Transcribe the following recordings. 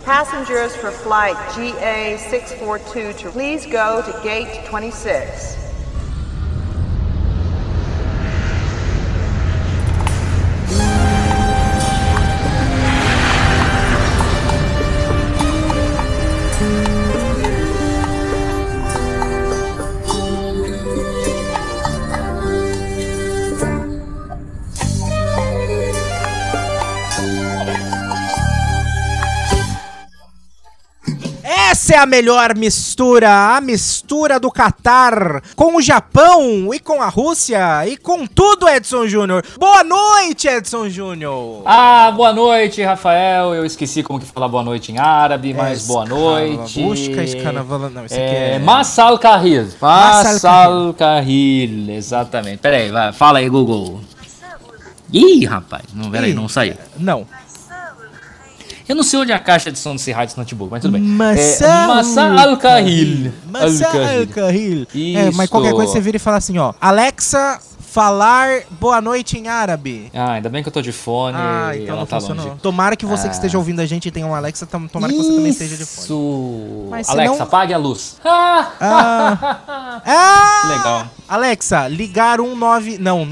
Passengers for flight GA642 to please go to gate 26. Essa é a melhor mistura, a mistura do Catar com o Japão e com a Rússia e com tudo, Edson Júnior. Boa noite, Edson Júnior. Boa noite, Rafael. Eu esqueci como que fala boa noite em árabe, mas boa noite. Busca escanavala, não, isso aqui é... Masal Kahil. Masal Kahil, exatamente. Pera aí, vai, fala aí, Google. Ih, rapaz, peraí, não saiu. Não. Eu não sei onde é a caixa de som desse rádio desse notebook, mas tudo bem. Masal Kahil. Isso. Mas qualquer coisa você vira e fala assim, ó. Alexa, falar boa noite em árabe. Ainda bem que eu tô de fone e então ela não tá funcionou. longe. Tomara que você que esteja ouvindo a gente e tenha um Alexa, tomara que você também esteja de fone. Isso. Mas Alexa, senão... apague a luz. Legal. Alexa, ligar 19... Não.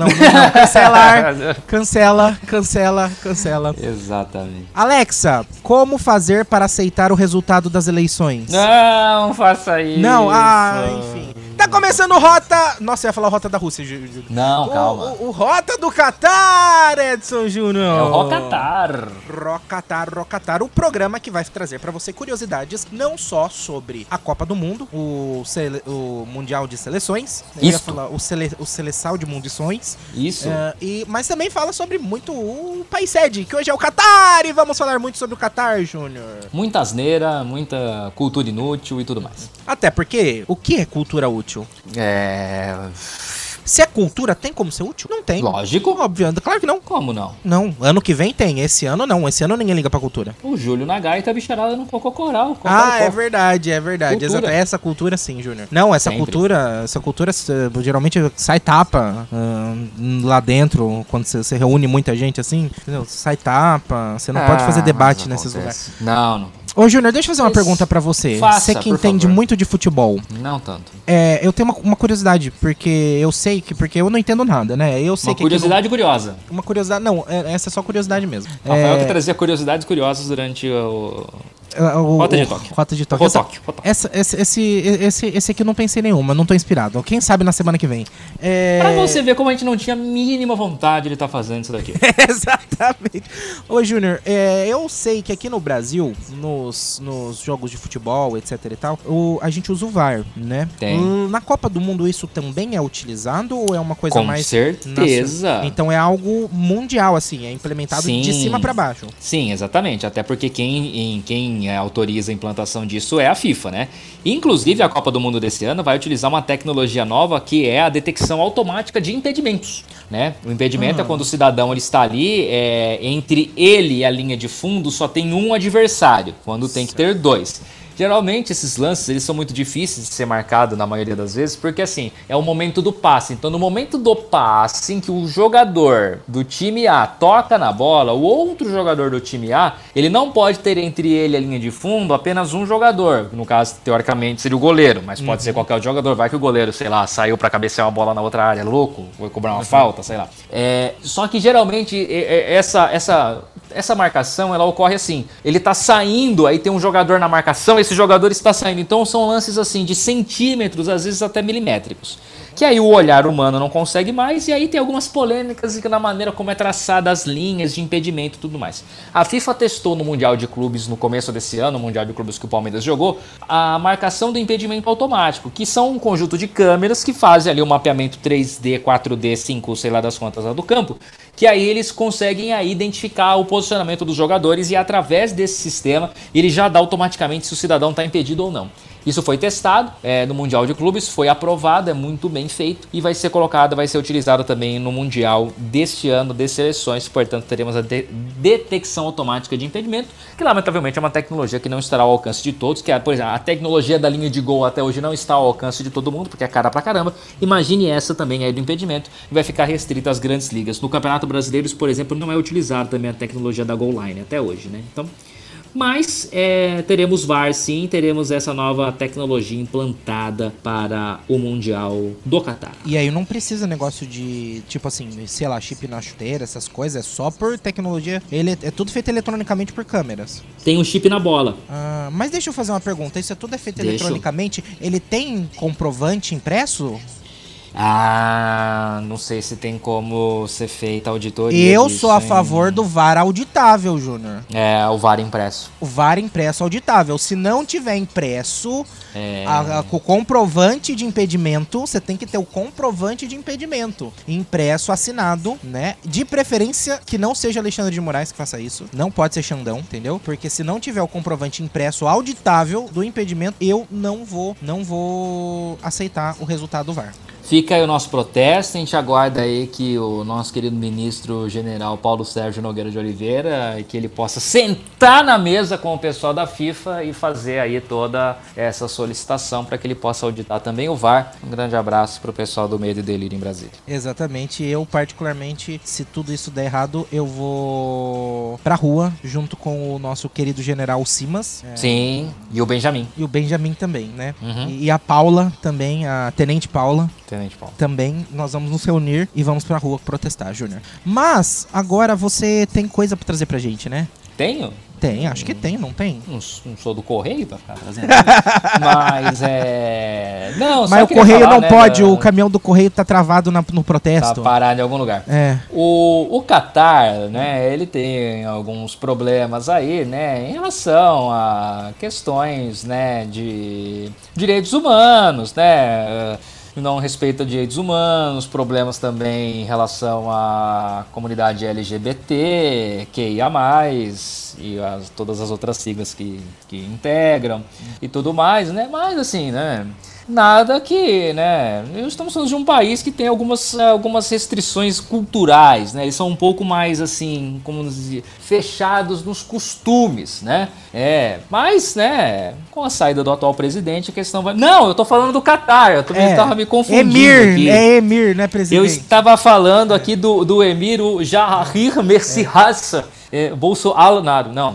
Cancela. Exatamente. Alexa, como fazer para aceitar o resultado das eleições? Não faça isso. Enfim. Tá começando Rota... Nossa, eu ia falar Rota da Rússia, Júlio. Não, calma. O Rota do Catar, Edson Júnior. É o Rocatar. Rocatar. O programa que vai trazer pra você curiosidades não só sobre a Copa do Mundo, o Mundial de Seleções. Eu ia falar o Seleção de Mundições. Isso. Mas também fala sobre muito o país sede, que hoje é o Catar. E vamos falar muito sobre o Catar, Júnior. Muita asneira, muita cultura inútil e tudo mais. Até porque, o que é cultura útil? Se é cultura, tem como ser útil? Não tem. Lógico. Óbvio, claro que não. Como não? Não, ano que vem tem, esse ano não. Esse ano ninguém liga pra cultura. O Júlio Nagai tá bicharada no cocô coral. É verdade. Exato. Essa cultura sim, Júnior. Não, essa cultura geralmente sai tapa lá dentro, quando você reúne muita gente assim, entendeu? Sai tapa, você não pode fazer debate nesses lugares. Não. Ô, Júnior, deixa eu fazer uma pergunta pra você. Você que entende muito de futebol. Não tanto. Eu tenho uma curiosidade, porque eu não entendo nada, né? Eu sei uma curiosidade curiosa. Uma curiosidade, não, essa é só curiosidade mesmo. Rafael que trazia curiosidades curiosas durante o Rota de Tóquio. Rota de Tóquio. Esse aqui eu não pensei nenhuma, não tô inspirado. Quem sabe na semana que vem. Pra você ver como a gente não tinha a mínima vontade de estar fazendo isso daqui. Exatamente. Ô, Júnior, eu sei que aqui no Brasil, nos jogos de futebol, etc e tal, a gente usa o VAR, né? Tem. Na Copa do Mundo isso também é utilizado ou é uma coisa mais... Com certeza. Então é algo mundial, assim, é implementado de cima pra baixo. Sim, exatamente. Até porque quem autoriza a implantação disso é a FIFA, né? Inclusive, a Copa do Mundo desse ano vai utilizar uma tecnologia nova que é a detecção automática de impedimentos, né? O impedimento é quando o cidadão ele está ali, entre ele e a linha de fundo só tem um adversário, quando tem que ter dois. Geralmente esses lances eles são muito difíceis de ser marcados na maioria das vezes, porque assim, é o momento do passe. Então no momento do passe em que o jogador do time A toca na bola, o outro jogador do time A, ele não pode ter entre ele e a linha de fundo apenas um jogador. No caso, teoricamente, seria o goleiro, mas pode ser qualquer outro jogador. Vai que o goleiro, sei lá, saiu pra cabecear uma bola na outra área, louco, vai cobrar uma falta, sei lá. Só que geralmente essa marcação, ela ocorre assim, ele tá saindo, aí tem um jogador na marcação, esse jogador está saindo, então são lances assim de centímetros, às vezes até milimétricos, que aí o olhar humano não consegue mais, e aí tem algumas polêmicas na maneira como é traçada as linhas de impedimento e tudo mais. A FIFA testou no Mundial de Clubes no começo desse ano, o Mundial de Clubes que o Palmeiras jogou, a marcação do impedimento automático, que são um conjunto de câmeras que fazem ali o mapeamento 3D, 4D, 5, sei lá das quantas lá do campo, que aí eles conseguem aí identificar o posicionamento dos jogadores e através desse sistema ele já dá automaticamente se o cidadão está impedido ou não. Isso foi testado no Mundial de Clubes, foi aprovado, é muito bem feito e vai ser colocado, vai ser utilizado também no Mundial deste ano de seleções, portanto teremos a detecção automática de impedimento, que lamentavelmente é uma tecnologia que não estará ao alcance de todos, que por exemplo, a tecnologia da linha de gol até hoje não está ao alcance de todo mundo, porque é cara pra caramba. Imagine essa também aí do impedimento, e vai ficar restrita às grandes ligas. No Campeonato Brasileiro, por exemplo, não é utilizado também a tecnologia da goal line até hoje, né? Então... Mas teremos VAR sim, teremos essa nova tecnologia implantada para o Mundial do Catar. E aí não precisa negócio de, tipo assim, sei lá, chip na chuteira, essas coisas, é só por tecnologia, ele é tudo feito eletronicamente por câmeras. Tem um chip na bola. Mas deixa eu fazer uma pergunta, isso tudo é feito eletronicamente, ele tem comprovante impresso? Não sei se tem como ser feita auditoria. Eu sou a favor do VAR auditável, Júnior. O VAR impresso. O VAR impresso auditável. Se não tiver impresso, o comprovante de impedimento, você tem que ter o comprovante de impedimento impresso, assinado, né? De preferência que não seja Alexandre de Moraes que faça isso. Não pode ser Xandão, entendeu? Porque se não tiver o comprovante impresso auditável do impedimento, eu não vou aceitar o resultado do VAR. Fica aí o nosso protesto, a gente aguarda aí que o nosso querido ministro general Paulo Sérgio Nogueira de Oliveira, que ele possa sentar na mesa com o pessoal da FIFA e fazer aí toda essa solicitação para que ele possa auditar também o VAR. Um grande abraço para o pessoal do Medo e Delírio em Brasília. Exatamente, eu particularmente, se tudo isso der errado, eu vou pra rua junto com o nosso querido general Simas. Sim, e o Benjamin. E o Benjamin também, né? E a Paula também, a Tenente Paula. Também nós vamos nos reunir e vamos pra rua protestar, Júnior. Mas, agora você tem coisa pra trazer pra gente, né? Tenho? Tem, acho que tem, não tem? Não sou do correio pra ficar trazendo. Mas Não, mas o correio falar, não pode, o caminhão do correio tá travado no protesto. Tá parado em algum lugar. O Catar, né, ele tem alguns problemas aí, né, em relação a questões, né, de direitos humanos, né, não respeita direitos humanos, problemas também em relação à comunidade LGBT, QIA+, e todas as outras siglas que integram e tudo mais, né? Mas assim, né? Nada que, né? Estamos falando de um país que tem algumas restrições culturais, né? Eles são um pouco mais, assim, como dizer, fechados nos costumes, né? Mas, né? Com a saída do atual presidente, a questão vai... Não, eu tô falando do Catar, eu também estava me confundindo aqui. Emir, né, presidente? Eu estava falando aqui do Emir, o Jair Messias Bolsonaro, não.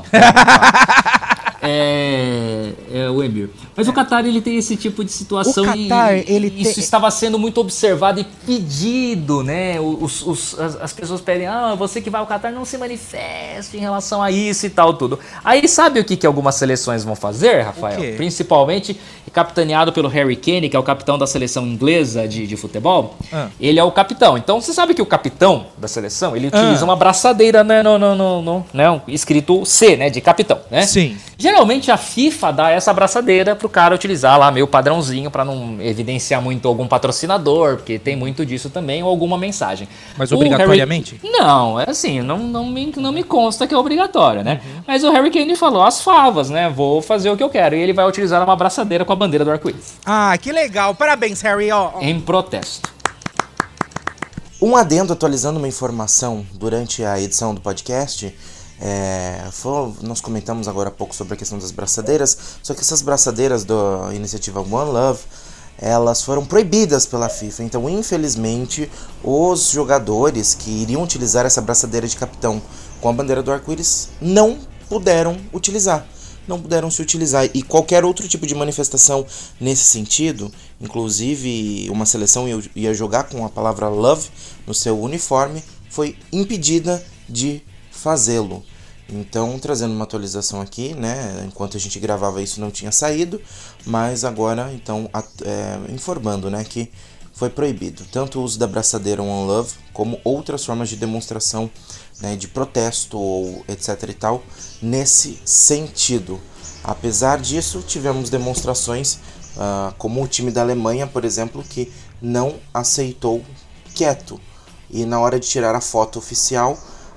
O Emir. Mas o Catar, ele tem esse tipo de situação isso estava sendo muito observado e pedido, né? As pessoas pedem, você que vai ao Catar não se manifeste em relação a isso e tal, tudo. Aí sabe o que algumas seleções vão fazer, Rafael? Principalmente capitaneado pelo Harry Kane, que é o capitão da seleção inglesa de futebol. Ele é o capitão. Então você sabe que o capitão da seleção, ele utiliza uma braçadeira, né, escrito C, né, de capitão, né? Sim. Geralmente a FIFA dá essa braçadeira pro cara utilizar lá meio padrãozinho para não evidenciar muito algum patrocinador, porque tem muito disso também, ou alguma mensagem. Mas obrigatoriamente? Não, é assim, não me consta que é obrigatório, né? Mas o Harry Kane falou, as favas, né? Vou fazer o que eu quero. E ele vai utilizar uma braçadeira com a bandeira do arco-íris. Que legal. Parabéns, Harry. Em protesto. Um adendo atualizando uma informação durante a edição do podcast. Nós comentamos agora há pouco sobre a questão das braçadeiras, só que essas braçadeiras da iniciativa One Love, elas foram proibidas pela FIFA. Então, infelizmente, os jogadores que iriam utilizar essa braçadeira de capitão com a bandeira do arco-íris não puderam se utilizar. E qualquer outro tipo de manifestação nesse sentido, inclusive uma seleção ia jogar com a palavra love no seu uniforme, foi impedida de fazê-lo. Então, trazendo uma atualização aqui, né? Enquanto a gente gravava isso não tinha saído, mas agora, então, informando, né, que foi proibido tanto o uso da braçadeira One Love, como outras formas de demonstração, né, de protesto ou etc e tal, nesse sentido. Apesar disso, tivemos demonstrações, como o time da Alemanha, por exemplo, que não aceitou quieto. E na hora de tirar a foto oficial,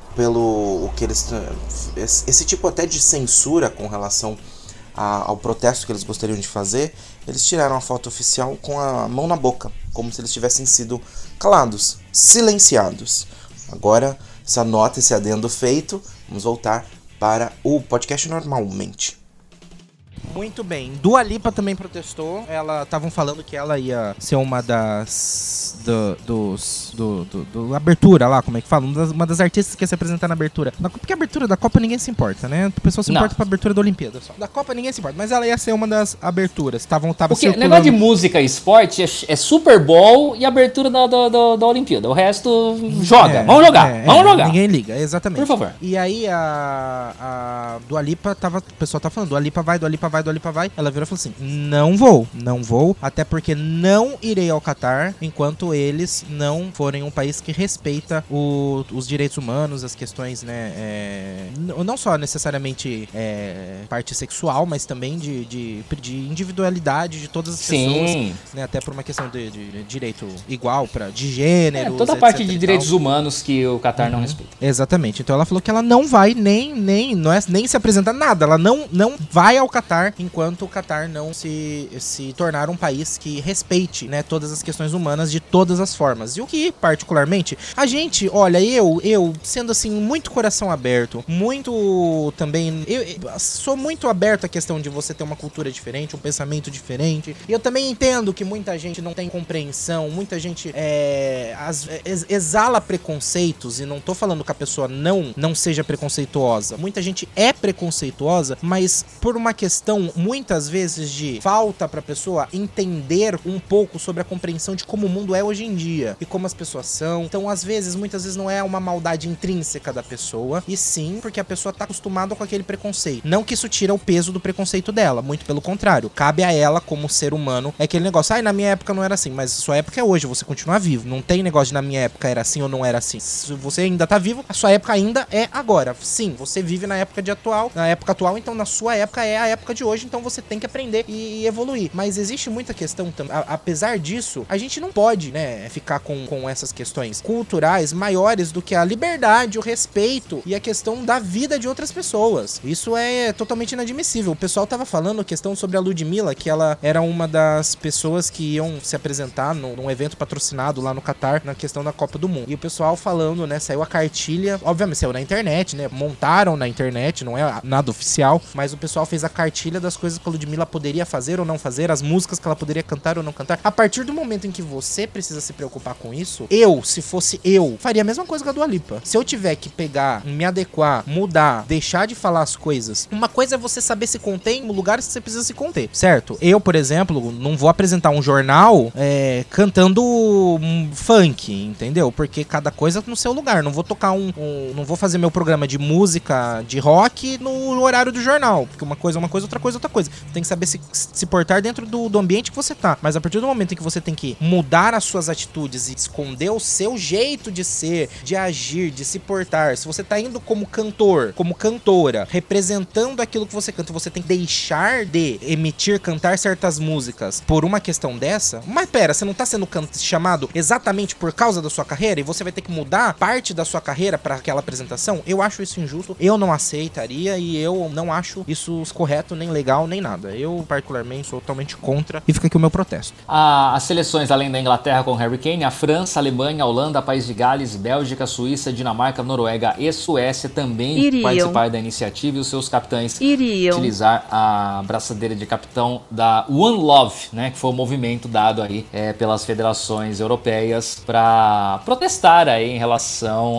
esse tipo até de censura com relação ao protesto que eles gostariam de fazer, eles tiraram a foto oficial com a mão na boca, como se eles tivessem sido calados, silenciados. Agora, essa nota, esse adendo feito, vamos voltar para o podcast normalmente. Muito bem. Dua Lipa também protestou. Estavam falando que ela ia ser uma das... do abertura lá, como é que fala? Uma das artistas que ia se apresentar na abertura. Porque a abertura da Copa ninguém se importa, né? O pessoal se importa com a abertura da Olimpíada só. Da Copa ninguém se importa, mas ela ia ser uma das aberturas. Tava Porque circulando... negócio de música e esporte é Super Bowl e abertura da Olimpíada. O resto joga. Vamos jogar. Ninguém liga, exatamente. Por favor. E aí a Dua Lipa o pessoal tá falando, Dua Lipa vai. Ela virou e falou assim, não vou, até porque não irei ao Catar enquanto eles não forem um país que respeita os direitos humanos, as questões, né, não só necessariamente parte sexual, mas também de individualidade de todas as pessoas, né, até por uma questão de direito igual, de gênero, toda a parte de direitos humanos que o Catar não respeita. Exatamente, então ela falou que ela não vai nem se apresentar nada, ela não vai ao Catar enquanto o Catar não se tornar um país que respeite, né, todas as questões humanas de todas as formas. E o que, particularmente, a gente, olha, eu sendo assim, muito coração aberto, muito também, eu sou muito aberto à questão de você ter uma cultura diferente, um pensamento diferente. E eu também entendo que muita gente não tem compreensão, muita gente exala preconceitos, e não tô falando que a pessoa não seja preconceituosa. Muita gente é preconceituosa, mas por uma questão, muitas vezes, de falta pra pessoa entender um pouco sobre a compreensão de como o mundo é hoje em dia, e como as pessoas são. Então, muitas vezes não é uma maldade intrínseca da pessoa, e sim porque a pessoa tá acostumada com aquele preconceito. Não que isso tira o peso do preconceito dela, muito pelo contrário. Cabe a ela, como ser humano, aquele negócio, na minha época não era assim, mas sua época é hoje, você continua vivo. Não tem negócio de na minha época era assim ou não era assim. Se você ainda tá vivo, a sua época ainda é agora. Sim, você vive na época atual, então na sua época é a época de hoje, então você tem que aprender e evoluir. Mas existe muita questão também, apesar disso, a gente não pode, né, ficar com essas questões culturais maiores do que a liberdade, o respeito e a questão da vida de outras pessoas. Isso é totalmente inadmissível. O pessoal tava falando a questão sobre a Ludmilla, que ela era uma das pessoas que iam se apresentar num evento patrocinado lá no Catar, na questão da Copa do Mundo. E o pessoal falando, né, saiu a cartilha, obviamente saiu na internet, né, montaram na internet, não é nada oficial, mas o pessoal fez a cartilha das coisas que a Ludmilla poderia fazer ou não fazer, as músicas que ela poderia cantar ou não cantar. A partir do momento em que você precisa se preocupar com isso, se fosse eu, faria a mesma coisa que a Dua Lipa. Se eu tiver que pegar, me adequar, mudar, deixar de falar as coisas, uma coisa é você saber se conter em lugares que você precisa se conter, certo? Eu, por exemplo, não vou apresentar um jornal cantando funk, entendeu? Porque cada coisa no seu lugar. Não vou tocar não vou fazer meu programa de música, de rock no horário do jornal, porque uma coisa é uma coisa, outra coisa é outra coisa. Você tem que saber se portar dentro do ambiente que você tá. Mas a partir do momento em que você tem que mudar as suas atitudes e esconder o seu jeito de ser, de agir, de se portar, se você tá indo como cantor, como cantora, representando aquilo que você canta, você tem que deixar de cantar certas músicas por uma questão dessa. Mas pera, você não tá sendo chamado exatamente por causa da sua carreira e você vai ter que mudar parte da sua carreira pra aquela apresentação? Eu acho isso injusto, eu não aceitaria e eu não acho isso correto, nem legal, nem nada. Eu, particularmente, sou totalmente contra e fica aqui o meu protesto. As seleções, além da Inglaterra com Harry Kane, a França, a Alemanha, a Holanda, País de Gales, Bélgica, Suíça, Dinamarca, Noruega e Suécia também participaram da iniciativa e os seus capitães utilizar a braçadeira de capitão da One Love, né, que foi o movimento dado aí pelas federações europeias para protestar aí em relação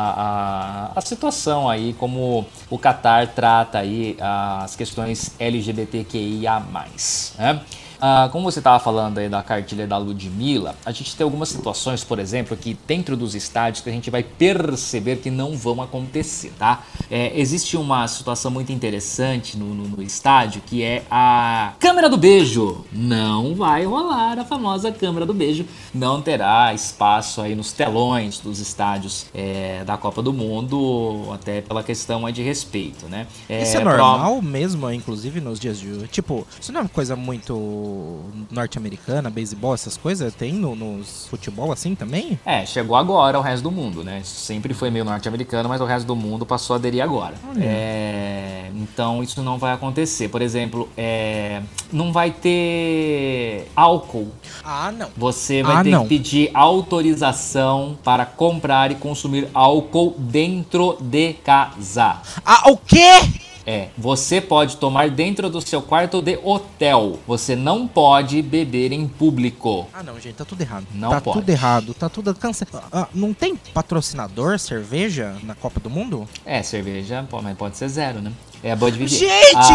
à situação aí, como o Catar trata aí as questões LGBTQIA+, né? Como você estava falando aí da cartilha da Ludmilla, a gente tem algumas situações, por exemplo, aqui dentro dos estádios que a gente vai perceber que não vão acontecer, tá? Existe uma situação muito interessante no estádio, que é a câmera do beijo. Não vai rolar a famosa câmera do beijo. Não terá espaço aí nos telões dos estádios da Copa do Mundo, até pela questão aí de respeito, né? Isso é normal mesmo, inclusive nos dias de hoje? Tipo, isso não é uma coisa muito norte-americana, beisebol, essas coisas? Tem nos futebol assim também? Chegou agora o resto do mundo, né? Isso sempre foi meio norte-americano, mas o resto do mundo passou a aderir agora. Então isso não vai acontecer. Por exemplo, não vai ter álcool. Não. Você vai ter que pedir autorização para comprar e consumir álcool dentro de casa. O quê? você pode tomar dentro do seu quarto de hotel. Você não pode beber em público. Ah, não, gente, tá tudo errado. Não tá pode. Tudo errado, tá tudo cancelado. Não tem patrocinador cerveja na Copa do Mundo? Cerveja, mas pode ser zero, né? É a Budweiser. Gente!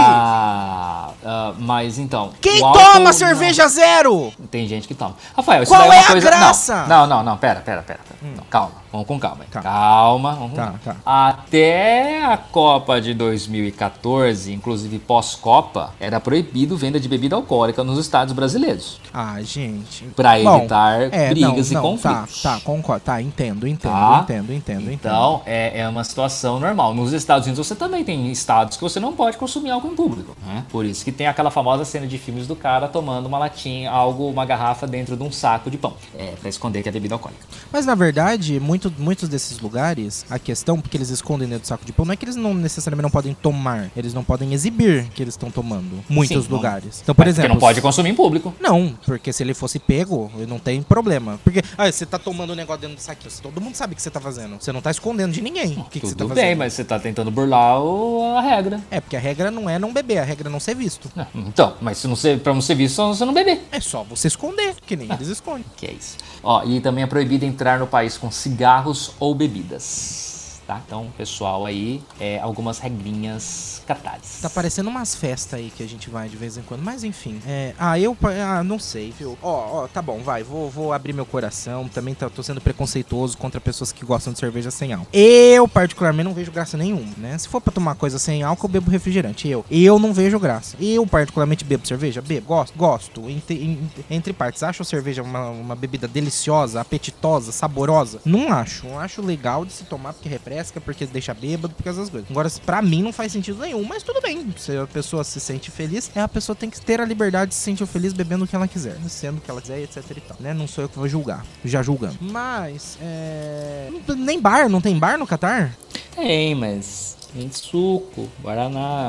Mas então... Quem o álcool toma cerveja zero? Tem gente que toma. Rafael, isso Qual daí é é uma a coisa... graça? Não, pera. Não, calma. Vamos com calma. Calma. Vamos com calma. Tá. Até a Copa de 2014, inclusive pós-Copa, era proibido venda de bebida alcoólica nos estados brasileiros. Ah, gente. Pra evitar brigas e conflitos. Tá, concordo. Tá, entendo. Tá? Entendo. Então, é uma situação normal. Nos Estados Unidos, você também tem estados que você não pode consumir álcool em público. Né? Por isso que tem aquela famosa cena de filmes do cara tomando uma latinha, uma garrafa dentro de um saco de pão. Pra esconder que é bebida alcoólica. Mas, na verdade, muitos desses lugares, a questão, porque eles escondem dentro do saco de pão, não é que eles não necessariamente não podem tomar, eles não podem exibir que eles estão tomando. Muitos lugares. Então, por exemplo... Porque não pode consumir em público. Não, porque se ele fosse pego, não tem problema. Porque, você tá tomando um negócio dentro do saquinho, todo mundo sabe o que você tá fazendo. Você não tá escondendo de ninguém o que você tá fazendo. Tudo bem, mas você tá tentando burlar a regra. Porque a regra não é não beber, a regra é não ser visto. Então, mas pra não ser visto, você não beber. É só você esconder, que nem eles escondem. Que é isso. E também é proibido entrar no país com cigarros ou bebidas. Tá? Então, pessoal, aí, algumas regrinhas catares. Tá parecendo umas festas aí que a gente vai de vez em quando, mas enfim. Não sei, viu? Tá bom, vai, vou abrir meu coração. Também tô sendo preconceituoso contra pessoas que gostam de cerveja sem álcool. Eu, particularmente, não vejo graça nenhuma, né? Se for pra tomar coisa sem álcool, eu bebo refrigerante. Eu não vejo graça. Eu, particularmente, bebo cerveja? Bebo, gosto. Entre partes, acho a cerveja uma bebida deliciosa, apetitosa, saborosa? Não acho legal de se tomar porque refresca, porque deixa bêbado, por causa das coisas. Agora, pra mim, não faz sentido nenhum, mas tudo bem. Se a pessoa se sente feliz, a pessoa tem que ter a liberdade de se sentir feliz bebendo o que ela quiser, sendo o que ela quiser, etc e tal, né? Não sou eu que vou julgar, já julgando. Mas, nem bar, não tem bar no Catar? Tem, mas... Tem suco, guaraná.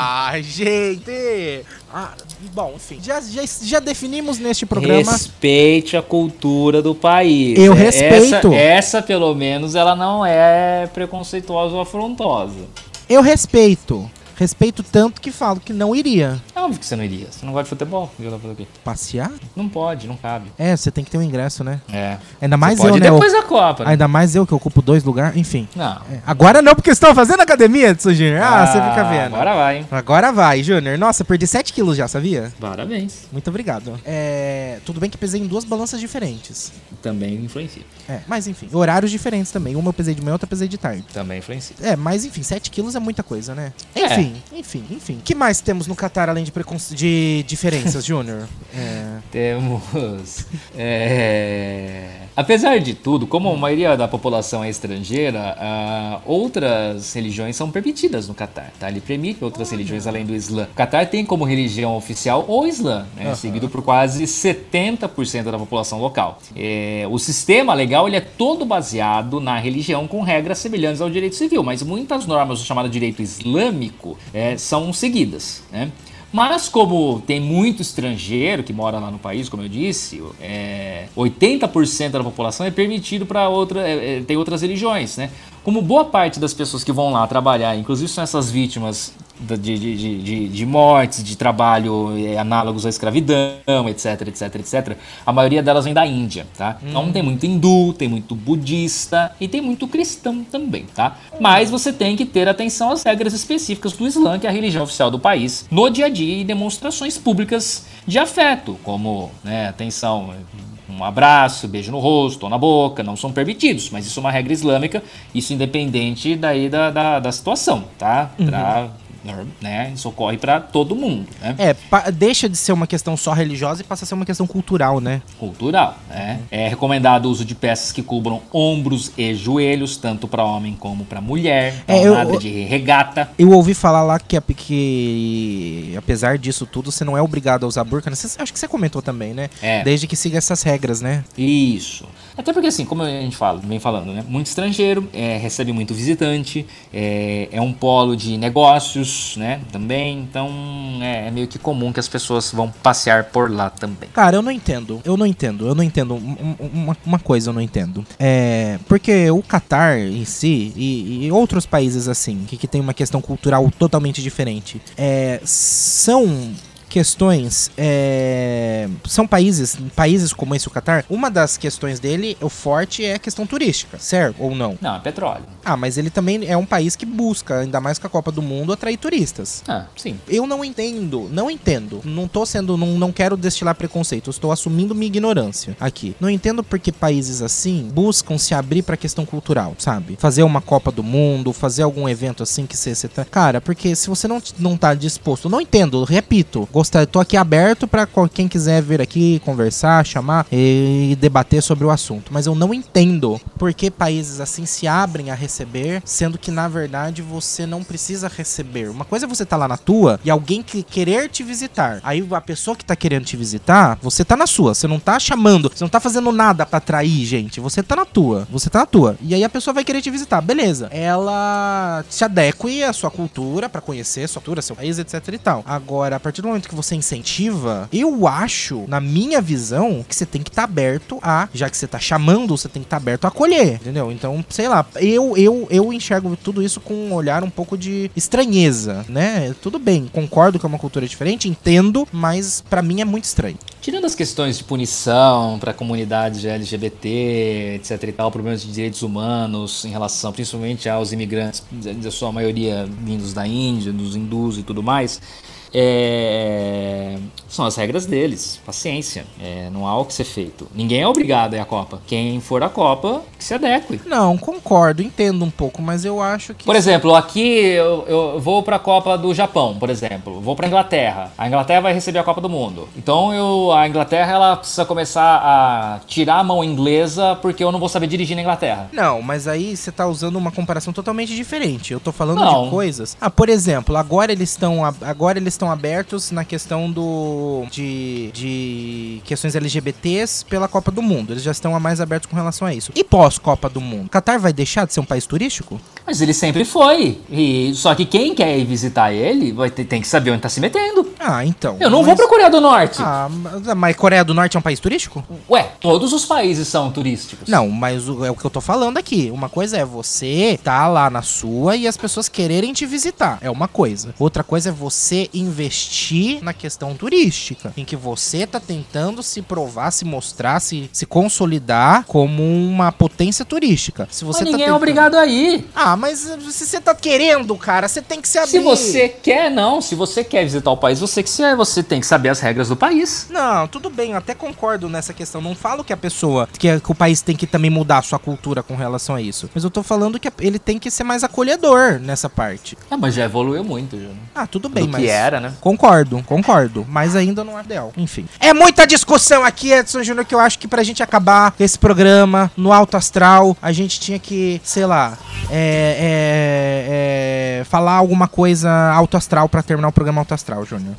Gente! Bom, enfim. Já definimos neste programa. Respeite a cultura do país. Eu respeito. Essa, pelo menos, ela não é preconceituosa ou afrontosa. Eu respeito. Respeito tanto que falo que não iria. É óbvio que você não iria. Você não gosta de futebol. Passear? Não pode, não cabe. Você tem que ter um ingresso, né? Ainda mais você eu, né? Depois da Copa. Né? Ainda mais eu, que ocupo 2 lugares. Enfim. Não. Agora não, porque estão fazendo academia, Júnior. Você fica vendo. Agora vai, hein? Agora vai, Júnior. Nossa, perdi 7 quilos já, sabia? Parabéns. Muito obrigado. Tudo bem que pesei em 2 balanças diferentes. Também influencia. Mas enfim. Horários diferentes também. Uma eu pesei de manhã, outra eu pesei de tarde. Também influencia. Mas enfim, 7 quilos é muita coisa, né? Enfim. O que mais temos no Catar além de diferenças, Júnior? Temos... Apesar de tudo, como a maioria da população é estrangeira, outras religiões são permitidas no Catar, tá? Ele permite outras religiões além do Islã. O Catar tem como religião oficial o Islã, né? Seguido por quase 70% da população local. O sistema legal ele é todo baseado na religião com regras semelhantes ao direito civil, mas muitas normas do chamado direito islâmico são seguidas, né? Mas como tem muito estrangeiro que mora lá no país, como eu disse, 80% da população é permitido para tem outras religiões, né? Como boa parte das pessoas que vão lá trabalhar, inclusive são essas vítimas de mortes, de trabalho análogos à escravidão, etc. A maioria delas vem da Índia, tá? Então tem muito hindu, tem muito budista e tem muito cristão também, tá? Mas você tem que ter atenção às regras específicas do Islã, que é a religião oficial do país, no dia a dia e demonstrações públicas de afeto, como, atenção... Um abraço, beijo no rosto ou na boca, não são permitidos, mas isso é uma regra islâmica, isso independente daí da situação, tá? Isso ocorre para todo mundo, né? Deixa de ser uma questão só religiosa e passa a ser uma questão cultural, né? Cultural, né? É recomendado o uso de peças que cubram ombros e joelhos, tanto para homem como para mulher, nada de regata. Eu ouvi falar lá que apesar disso tudo, você não é obrigado a usar burca, né? Acho que você comentou também, né? Desde que siga essas regras, né? Isso. Até porque, assim, como a gente vem falando, né? Muito estrangeiro, recebe muito visitante, é um polo de negócios, né? Também, então é meio que comum que as pessoas vão passear por lá também. Cara, eu não entendo. Uma coisa eu não entendo. Porque o Catar em si e outros países assim, que tem uma questão cultural totalmente diferente, são questões, são países como esse, o Catar, uma das questões dele, o forte é a questão turística, certo? Ou não? Não, é petróleo. Mas ele também é um país que busca, ainda mais com a Copa do Mundo, atrair turistas. Sim. Eu não entendo. Não quero destilar preconceito, eu estou assumindo minha ignorância aqui. Não entendo porque países assim buscam se abrir pra questão cultural, sabe? Fazer uma Copa do Mundo, fazer algum evento assim que você tá... Cara, porque se você não tá disposto, não entendo, repito, tô aqui aberto pra quem quiser vir aqui conversar, chamar e debater sobre o assunto. Mas eu não entendo por que países assim se abrem a receber, sendo que na verdade você não precisa receber. Uma coisa é você tá lá na tua e alguém querer te visitar. Aí a pessoa que tá querendo te visitar, você tá na sua. Você não tá chamando, você não tá fazendo nada pra atrair gente. Você tá na tua. E aí a pessoa vai querer te visitar. Beleza. Ela se adeque à sua cultura pra conhecer sua cultura, seu país, etc e tal. Agora, a partir do momento que você incentiva, eu acho, na minha visão, que você tem que estar aberto já que você tá chamando, você tem que estar aberto a acolher, entendeu? Então, sei lá, eu enxergo tudo isso com um olhar um pouco de estranheza, né? Tudo bem, concordo que é uma cultura diferente, entendo, mas pra mim é muito estranho. Tirando as questões de punição para comunidades LGBT, etc e tal, problemas de direitos humanos em relação principalmente aos imigrantes, da sua maioria vindos da Índia, dos hindus e tudo mais, são as regras deles, paciência, não há o que ser feito. Ninguém é obrigado a ir à Copa. Quem for à Copa, que se adeque. Não, concordo, entendo um pouco, mas eu acho que... Por exemplo, aqui eu vou pra Copa do Japão, por exemplo, vou pra Inglaterra. A Inglaterra vai receber a Copa do Mundo. Então a Inglaterra ela precisa começar a tirar a mão inglesa porque eu não vou saber dirigir na Inglaterra. Não, mas aí você tá usando uma comparação totalmente diferente. Eu tô falando de coisas... por exemplo, agora eles estão abertos na questão de questões LGBTs pela Copa do Mundo. Eles já estão mais abertos com relação a isso. E pós-Copa do Mundo? Catar vai deixar de ser um país turístico? Mas ele sempre foi. Só que quem quer ir visitar ele tem que saber onde tá se metendo. Então. Eu não vou pra Coreia do Norte. Mas Coreia do Norte é um país turístico? Ué, todos os países são turísticos. Não, mas é o que eu tô falando aqui. Uma coisa é você tá lá na sua e as pessoas quererem te visitar. É uma coisa. Outra coisa é você investir na questão turística, em que você tá tentando se provar, se mostrar, se consolidar como uma potência turística. Se você mas ninguém é obrigado a ir. Mas se você tá querendo, cara, você tem que se abrir. Se você quer, não. Se você quer visitar o país, você tem que saber as regras do país. Não, tudo bem, eu até concordo nessa questão. Não falo que a pessoa, que o país tem que também mudar a sua cultura com relação a isso. Mas eu tô falando que ele tem que ser mais acolhedor nessa parte. Mas já evoluiu muito, Júnior. Tudo bem, mas... que era, né? Concordo. Mas ainda não é ideal. Enfim. É muita discussão aqui, Edson Júnior, que eu acho que pra gente acabar esse programa no Alto Astral, a gente tinha que, sei lá, falar alguma coisa alto astral pra terminar o programa Alto Astral, Júnior.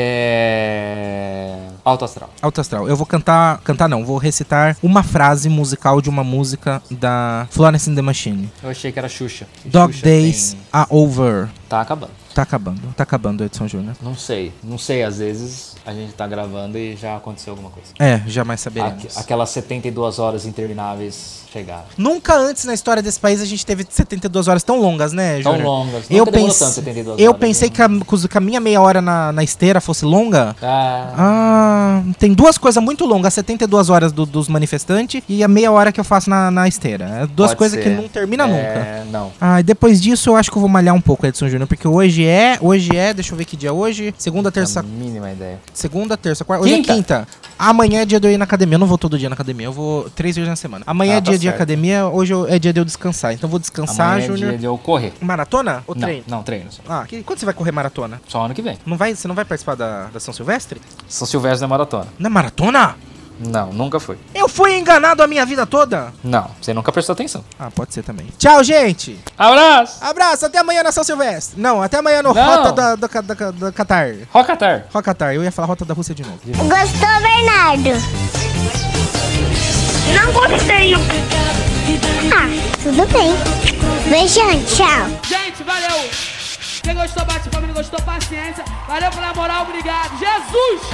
Alto Astral. Alto Astral. Eu vou vou recitar uma frase musical de uma música da Florence and the Machine. Eu achei que era Xuxa. Dog Days Are Over. Tá acabando. Tá acabando, Edson Júnior. Não sei, às vezes a gente tá gravando e já aconteceu alguma coisa. Jamais saberemos. Aquelas 72 horas intermináveis chegaram. Nunca antes na história desse país a gente teve 72 horas tão longas, né, Júnior? Tão longas. Nunca demorou tanto 72 horas. Eu pensei que a minha meia hora na esteira fosse longa. Tem duas coisas muito longas, 72 horas dos manifestantes e a meia hora que eu faço na esteira. Duas coisas que não terminam nunca. Não. E depois disso eu acho que eu vou malhar um pouco, Edson Júnior, porque hoje é, deixa eu ver que dia é hoje. Segunda, terça... Não tenho a mínima ideia. Segunda, terça, quarta... Hoje é quinta. Amanhã é dia de eu ir na academia. Eu não vou todo dia na academia, eu vou 3 vezes na semana. Amanhã é dia de academia, hoje é dia de eu descansar. Então eu vou descansar, Júnior. Amanhã é dia de eu correr. Maratona ou treino? Não, treino. Quando você vai correr maratona? Só ano que vem. Você não vai participar da São Silvestre? São Silvestre não é maratona. Não é maratona? Não, nunca foi. Eu fui enganado a minha vida toda? Não, você nunca prestou atenção. Pode ser também. Tchau, gente! Abraço, até amanhã na São Silvestre. Não, até amanhã no Rota do Catar. Rocatar, eu ia falar Rota da Rússia de novo. Gostou, Bernardo? Não gostou? tenho. Tudo bem. Beijão, tchau. Gente, valeu. Quem gostou, bate palma, não gostou, paciência. Valeu pela moral, obrigado. Jesus!